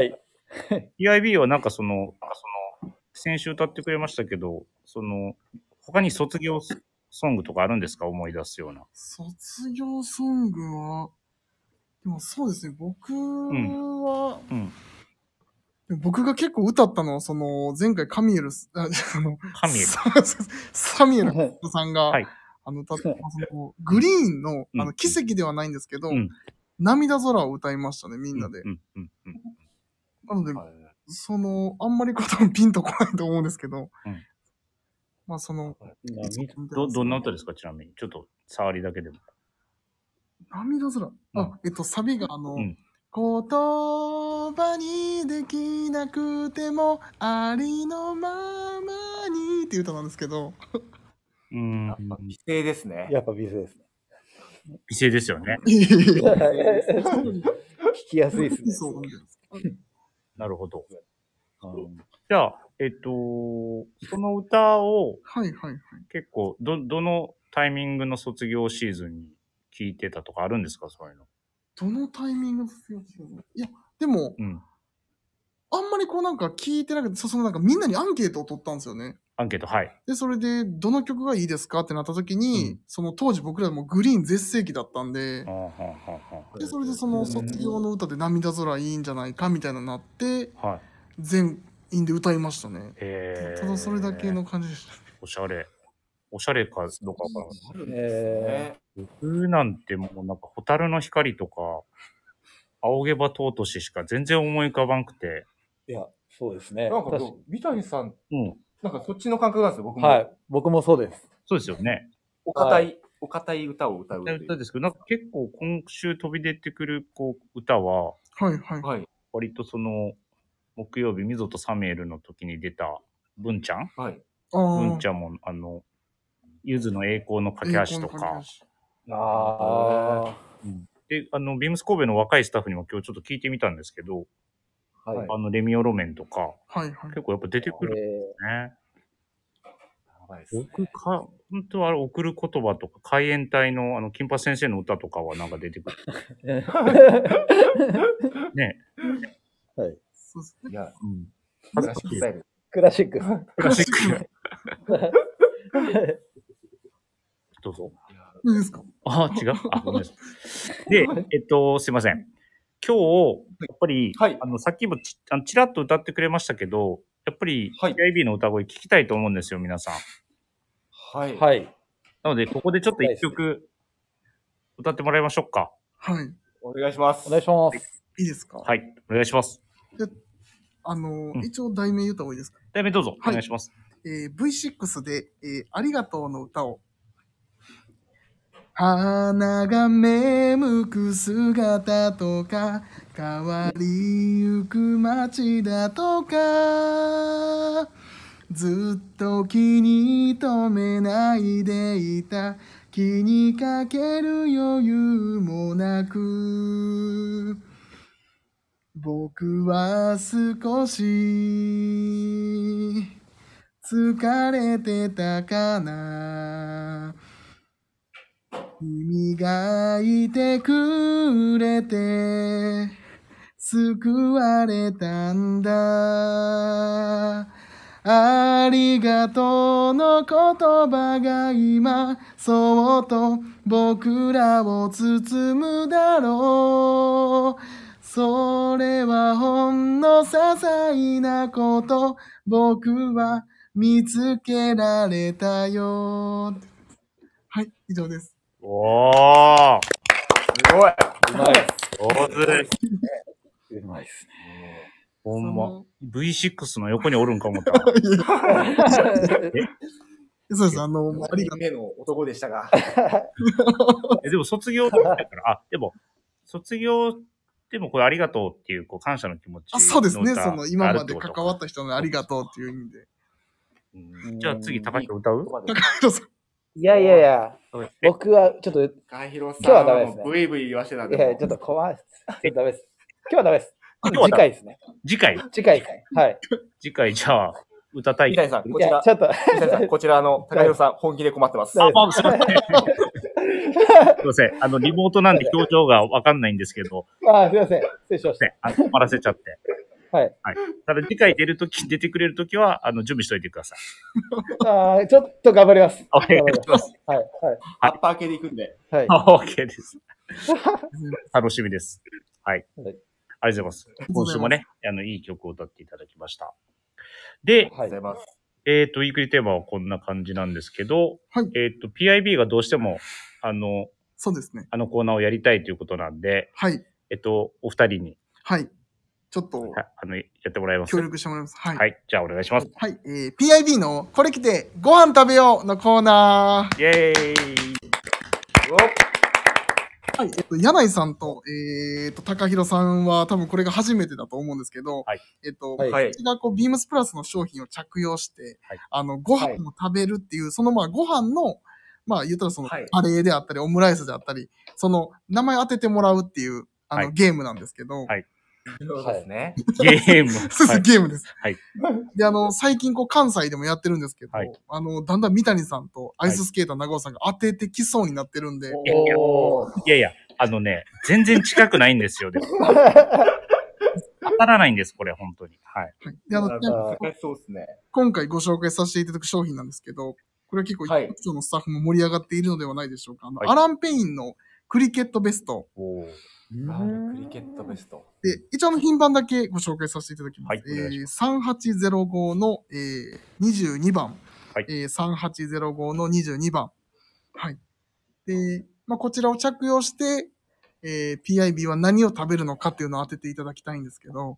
PIB はなんか先週歌ってくれましたけど、他に卒業ソングとかあるんですか？思い出すような。 卒業ソングは、でもそうですね、僕は、僕が結構歌ったのは、前回カミエル、 カミエルサミエルさんが、歌った、グリーンの、奇跡ではないんですけど、涙空を歌いましたね、みんなで。なので、あんまりピンとこないと思うんですけど、まあどんな歌ですか、ちなみに。ちょっと、触りだけでも。 涙空。サビが言葉にできなくても、ありのままにっていう歌なんですけど。 やっぱ美声ですね。 やっぱ美声ですね。 美声ですよね。 聞きやすいですね。 なるほど。じゃあ、その歌を、結構、どのタイミングの卒業シーズンに聴いてたとかあるんですか、そういうの。 どのタイミングの卒業シーズン？いや、でも、あんまり聞いてなくて、みんなにアンケートを取ったんですよね。 アンケート、はい。 で、それで、どの曲がいいですかってなった時に、当時僕らもグリーン絶世紀だったんで、で、それで卒業の歌で涙空いいんじゃないかみたいなのになって、全員で歌いましたね。ただそれだけの感じでした。 おしゃれ。おしゃれかどうかわからない。僕なんてもう蛍の光とか、仰げば尊ししか全然思い浮かばんくて。 いや、そうですね。 三谷さん、そっちの感覚なんですよ、僕も。 はい。僕もそうです。 そうですよね。 お堅い歌を歌う。 歌ですけど、結構今週飛び出てくる歌は、割と木曜日、ミゾとサミュエルの時に出た、文ちゃん文ちゃんも、ゆずの栄光の架け橋とか。で、ビームス神戸の若いスタッフにも今日ちょっと聞いてみたんですけど、レミオロメンとか、結構やっぱ出てくるんですね。僕本当は送る言葉とか、海援隊の金八先生の歌とかは出てくる。ね。 はい。 いや、 クラシックスタイル。クラシック。 どうぞ。 何ですか？ 違う？ごめんなさい。で、すいません。今日、やっぱり、さっきもちらっと歌ってくれましたけど、やっぱり、PIB の歌声聞きたいと思うんですよ、皆さん。 はい。 なので、ここでちょっと一曲、歌ってもらいましょうか。 はい。 お願いします。 お願いします。 いいですか？ はい。お願いします。 で、一応題名言った方がいいですか？ 題名どうぞ。お願いします。 V6 で、ありがとうの歌を。花が芽吹く姿とか、変わりゆく街だとか、ずっと気に留めないでいた、気にかける余裕もなく、僕は少し疲れてたかな。君がいてくれて救われたんだ。ありがとうの言葉が今そっと僕らを包むだろう。それはほんの些細なこと、僕は見つけられたよ。はい、以上です。 おー、 すごい。 うまい。 上手。 うまいですね。 ほんま。V6 の横におるんか思った。 そうです、 ありがとうの男でしたが。 でも卒業だから、でも、卒業でもこれありがとうっていう、感謝の気持ち。 そうですね、今まで関わった人のありがとうっていう意味で。 じゃあ次、高弘歌う？ 高弘さん。 いや、僕はちょっと、 高弘さん今日はダメですね。 ブイブイ言わしてたんで。 いや、ちょっと怖いです。ちょっとダメです。今日はダメです。 次回ですね。 次回。 はい。 次回、じゃあ、歌たい。 三谷さん、こちら、 ちょっと。 三谷さん、こちら高弘さん、本気で困ってます。 すいません。すいません。リモートなんで表情がわかんないんですけど。 すいません。失礼しました。 止まらせちゃって。 はい。 ただ次回出てくれるときは、準備しといてください。 ちょっと頑張ります。 お願いします。 はい。 アッパー系で行くんで。 はい。 OK です。楽しみです。はい。ありがとうございます。今週もね、いい曲を歌っていただきました。で、 ありがとうございます。 ウィークリーテーマはこんな感じなんですけど、 はい。 PIB がどうしても、 そうですね。 コーナーをやりたいということなんで、 はい。 お二人に、 はい。ちょっと、 やってもらいます。 協力してもらいます。はい。 はい。じゃあお願いします。 はい。PIB のこれ来てご飯食べようのコーナー。 イェーイ。 はい。柳井さんと、高弘さんは多分これが初めてだと思うんですけど、 はい。 私がビームスプラスの商品を着用して、 はい、 ご飯を食べるっていう、そのご飯の、言ったらカレーであったり、オムライスであったり、その名前当ててもらうっていう、ゲームなんですけど、 はい。そうですね。 ゲーム。 そうです、ゲームです。 はい。 で、最近関西でもやってるんですけど、だんだん三谷さんとアイススケーター長尾さんが当ててきそうになってるんで。 いや、全然近くないんですよ、でも。当たらないんです、これ、本当に。はい。 で、 そうですね。 今回ご紹介させていただく商品なんですけど、これは結構、一部のスタッフも盛り上がっているのではないでしょうか。アラン・ペインのクリケットベスト。 クリケットベスト。 で、一応品番だけご紹介させていただきます。3805の、22番。3805の22番。はい。で、こちらを着用して、PIB は何を食べるのかっていうのを当てていただきたいんですけど。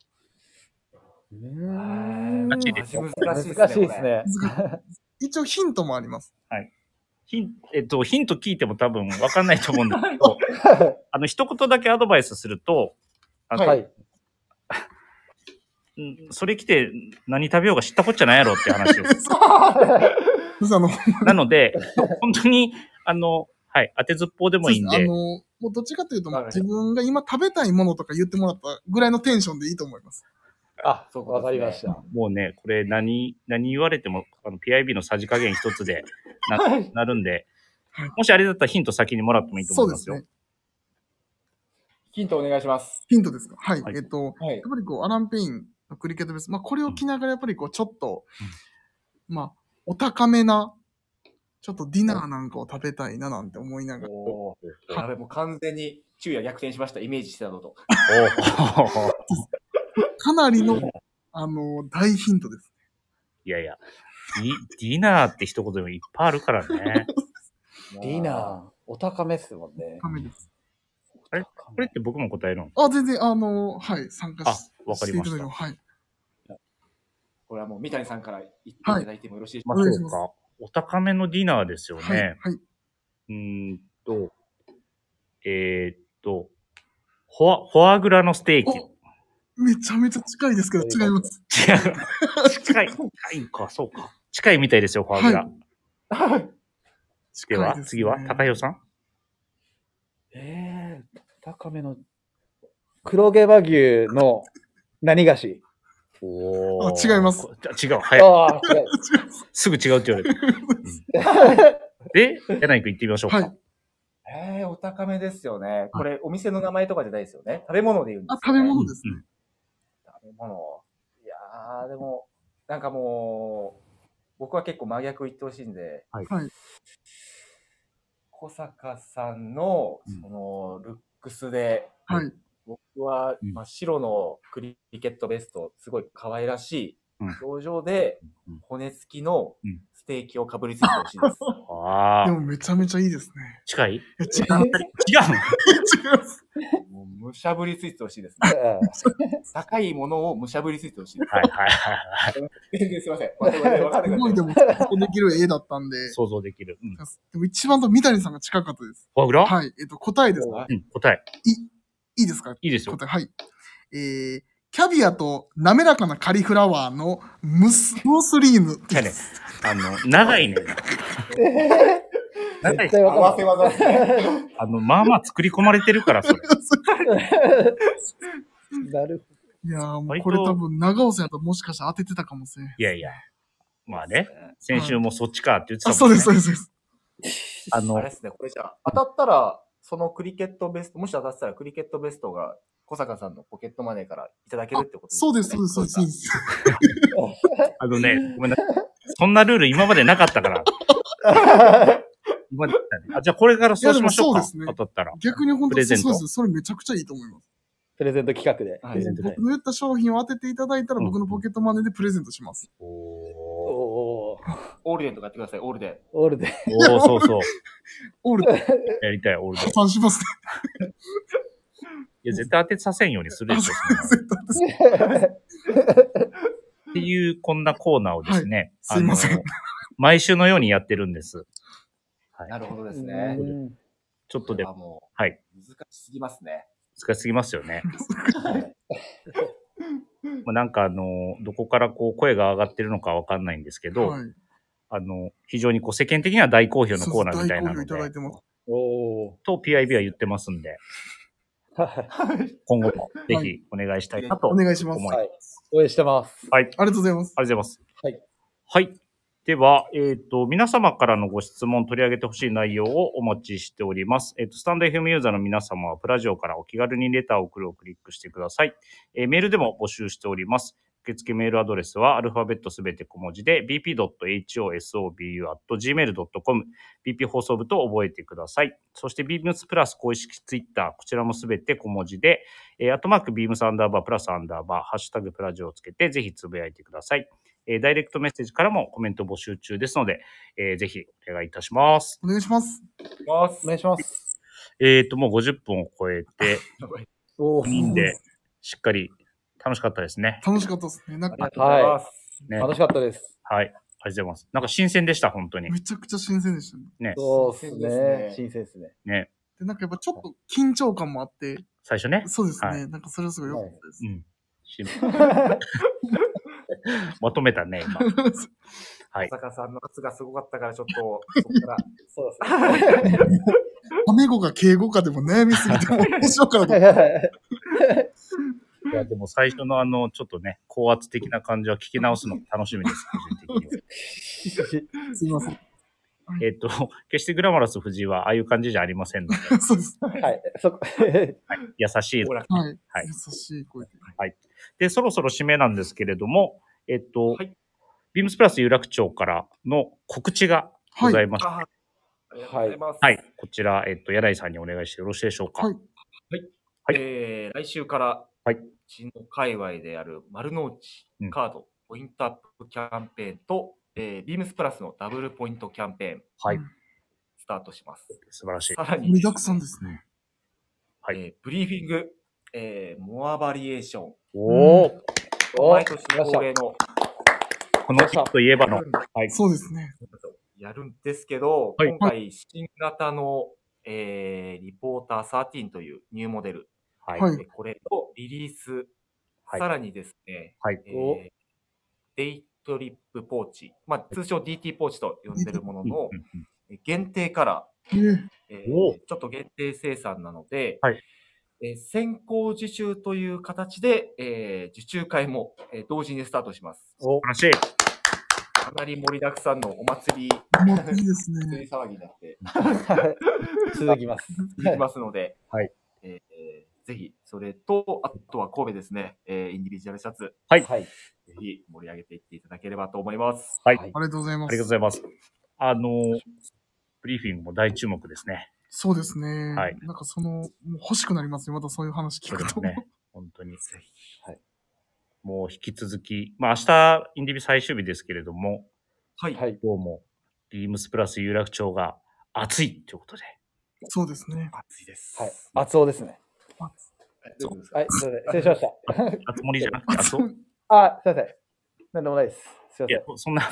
難しいですね。 一応ヒントもあります。 はい。ヒント聞いても多分わかんないと思うんですけど、一言だけアドバイスすると、 はい。 それ来て何食べようか知ったこっちゃないやろって話です。なので、本当に、はい、当てずっぽうでもいいんで。 もうどっちかというと、自分が今食べたいものとか言ってもらったぐらいのテンションでいいと思います。 そうわかりました。 もうね、これ何言われても、PIB のさじ加減一つでなるんで、もしあれだったらヒント先にもらってもいいと思いますよ。 そうですね。 ヒントお願いします。 ヒントですか？はい。やっぱりアラン・ペインのクリケットベース、これを着ながらやっぱりちょっと、お高めな、ちょっとディナーなんかを食べたいななんて思いながら。 もう完全に昼夜逆転しました。イメージしてたのと。 かなりの、大ヒントです。 いや、ディナーって一言でもいっぱいあるからね。 ディナー、お高めっすもんね。 お高めです。 あれこれって僕も答えるの？ 全然、はい、参加わかりました。 はい。 これはもう三谷さんから言っていただいてもよろしいですか？ そうか。お高めのディナーですよね。 はい。 フォアグラのステーキ。 めちゃめちゃ近いですけど、違います。 違う。近いか、そうか。近いみたいですよ、フォアグラ。では、次は、高弘さん。 高めの、黒毛和牛の何菓子。 違います。 違う、早い。すぐ違うって言われる。で、柳井君行ってみましょうか。 はい。 お高めですよね。これ、お店の名前とかじゃないですよね。食べ物で言うんですよね。 食べ物ですね。 食べ物。いやー、でも、なんかもう、僕は結構真逆言ってほしいんで、小坂さんの、その、ルックスで、僕は、白のクリケットベスト、すごい可愛らしい表情で、骨付きのステーキをかぶりついてほしいです。 でもめちゃめちゃいいですね。 近い？ 違う。 違うの？ 違います。 もうむしゃぶりついてほしいですね。高いものをむしゃぶりついてほしいです。全然すいません。 すごいでも、想像できる絵だったんで。 想像できる。 でも一番と三谷さんが近かったです。 フォアグラ？ はい。答えですか？ 答え。 いいですか？ いいですよ。 答え。はい。 キャビアと滑らかなカリフラワーのムースリーヌ。 じゃね、長いね。長い。 合わせ技ですね。 まあまあ作り込まれてるから、それ。 なるほど。 いやー、もうこれ多分長尾さんやったらもしかしたら当ててたかもしれない。 いやいや。まあね、先週もそっちかって言ってたもんね。 そうです、そうです、そうです。 あれですね、これじゃあ、当たったら、そのクリケットベスト、もし当たってたらクリケットベストが小坂さんのポケットマネーからいただけるってことですね。 そうです、そうです、そうです、そうです。 ごめんなさい。そんなルール今までなかったから。じゃあこれからそうしましょうか。そうですね。当たったら。 逆に本当にそうです。それめちゃくちゃいいと思います。 プレゼント企画で。 僕の言った商品を当てていただいたら僕のポケットマネーでプレゼントします。 オールデンとかやってください、オールデン。 オールデン。 そうそう。 オールデン。 やりたい、オールデン。 破産しますね。 いや、絶対当てさせんようにするでしょ。っていう、こんなコーナーをですね。 すいません。 毎週のようにやってるんです。 なるほどですね。 ちょっとでも、 はい。 難しすぎますね。 難しすぎますよね。なんかどこからこう声が上がってるのかわかんないんですけど、非常にこう世間的には大好評のコーナーみたいなので、と PIB は言ってますんで、今後もぜひお願いしたいなと思います。 応援してます。 はい。ありがとうございます。 ありがとうございます。 はい。 はい。では、皆様からのご質問、取り上げてほしい内容をお待ちしております。スタンド FM ユーザーの皆様は、プラジオからお気軽にレターを送るをクリックしてください。メールでも募集しております。受付メールアドレスは、アルファベットすべて小文字で、bp.hosobu@gmail.com、BP 放送部と覚えてください。そして、beams プラス公式ツイッター、こちらもすべて小文字で、@beams_+_++ハッシュタグプラジオをつけて、ぜひつぶやいてください。ダイレクトメッセージからもコメント募集中ですので、ぜひお願いいたします。 お願いします。 お願いします。 もう50分を超えて、4人でしっかり楽しかったですね。 楽しかったですね。 ありがとうございます。楽しかったです。 はい。ありがとうございます。なんか新鮮でした、本当に。 めちゃくちゃ新鮮でしたね。そうですね。新鮮ですね。 ね。 で、なんかやっぱちょっと緊張感もあって。 最初ね。 そうですね。なんかそれはすごい良かったです。 まとめたね、今。 はい。小坂さんの圧がすごかったから、ちょっと、そこから。 そうですね。 タメ語か敬語かでも悩みすぎても面白かった。 いや、でも最初のちょっとね、高圧的な感じは聞き直すのも楽しみです、個人的には。 すいません。 決してグラマラス藤井はああいう感じじゃありませんので。 そうです。 はい。 優しい。 はい。優しい声で。 はい。で、そろそろ締めなんですけれども、ビームスプラス有楽町からの告知がございます。 はい。 はい。こちら、柳井さんにお願いしてよろしいでしょうか。 はい。来週から、うちの界隈である丸の内カード、ポイントアップキャンペーンと、ビームスプラスのダブルポイントキャンペーン、スタートします。 素晴らしい。 さらに、盛りだくさんですね。 はい。ブリーフィング、モアバリエーション。毎年恒例の。 この日といえばの。 そうですね。 やるんですけど、今回、新型の、リポーター13というニューモデル。これとリリース。さらにですね、デイトリップポーチ。通称 DT ポーチと呼んでるものの、限定カラー。ちょっと限定生産なので、先行受注という形で、受注会も、同時にスタートします。 素晴らしい。 かなり盛りだくさんのお祭り、 いいですね。 祭り騒ぎになって続きます。 続きますので、ぜひ、それと、あとは神戸ですね、インディビジュアルシャツ。ぜひ盛り上げていっていただければと思います。 ありがとうございます。 ありがとうございます。ブリーフィングも大注目ですね。 そうですね。なんかもう欲しくなりますね。またそういう話聞くと。 ね。本当に。もう引き続き、明日、インディビ最終日ですけれども、今日も、ビームスプラス有楽町が熱いということで。 そうですね。 熱いです。 はい。熱男ですね。はい、すいません。失礼しました。 熱盛じゃなくて熱男？ すいません。なんでもないです。すいません。 いや、そんな、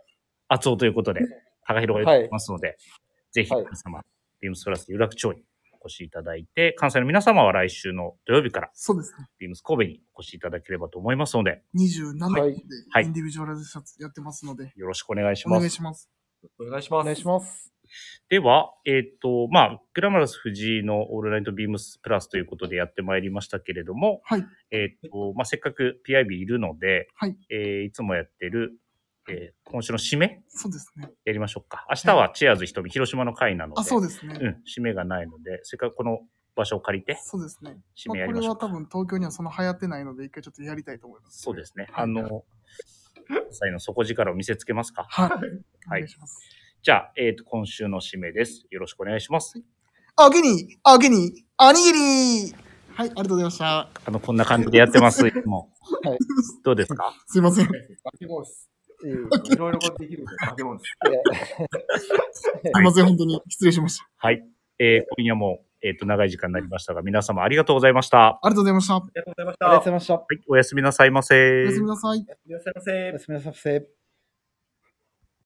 熱男ということで、高弘が言ってますので、ぜひ皆様、ビームスプラス有楽町にお越しいただいて、関西の皆様は来週の土曜日から、 そうですね。 ビームス神戸にお越しいただければと思いますので、 27 はい、 でインディビジュアライズシャツやってますので、 よろしくお願いします。 お願いします。 お願いします。 お願いします。 では、グラマラス藤井のオールナイトビームスプラスということでやってまいりましたけれども、 はい。 せっかく PIB いるので、 はい。 いつもやってる、今週の締め、 そうですね。 やりましょうか。明日はチアーズ瞳、広島の会なので、 そうですね。 締めがないので、せっかくこの場所を借りて、 そうですね。 締めやりましょうか。 これは多分東京にはその流行ってないので、一回ちょっとやりたいと思います。 そうですね。最の底力を見せつけますか。 はい。お願いします。 じゃあ、今週の締めです。よろしくお願いします。 おにぎりおにぎりはい、ありがとうございました。 こんな感じでやってます、いつも。 はい。 どうですか？ すいません。 化け物です。いろいろできるんで、化け物です。 すいません、本当に失礼しました。 はい。今夜も、長い時間になりましたが、皆様ありがとうございました。 ありがとうございました。 ありがとうございました。 ありがとうございました。 はい、おやすみなさいませ。 おやすみなさい。 おやすみなさいませ。 おやすみなさいませ。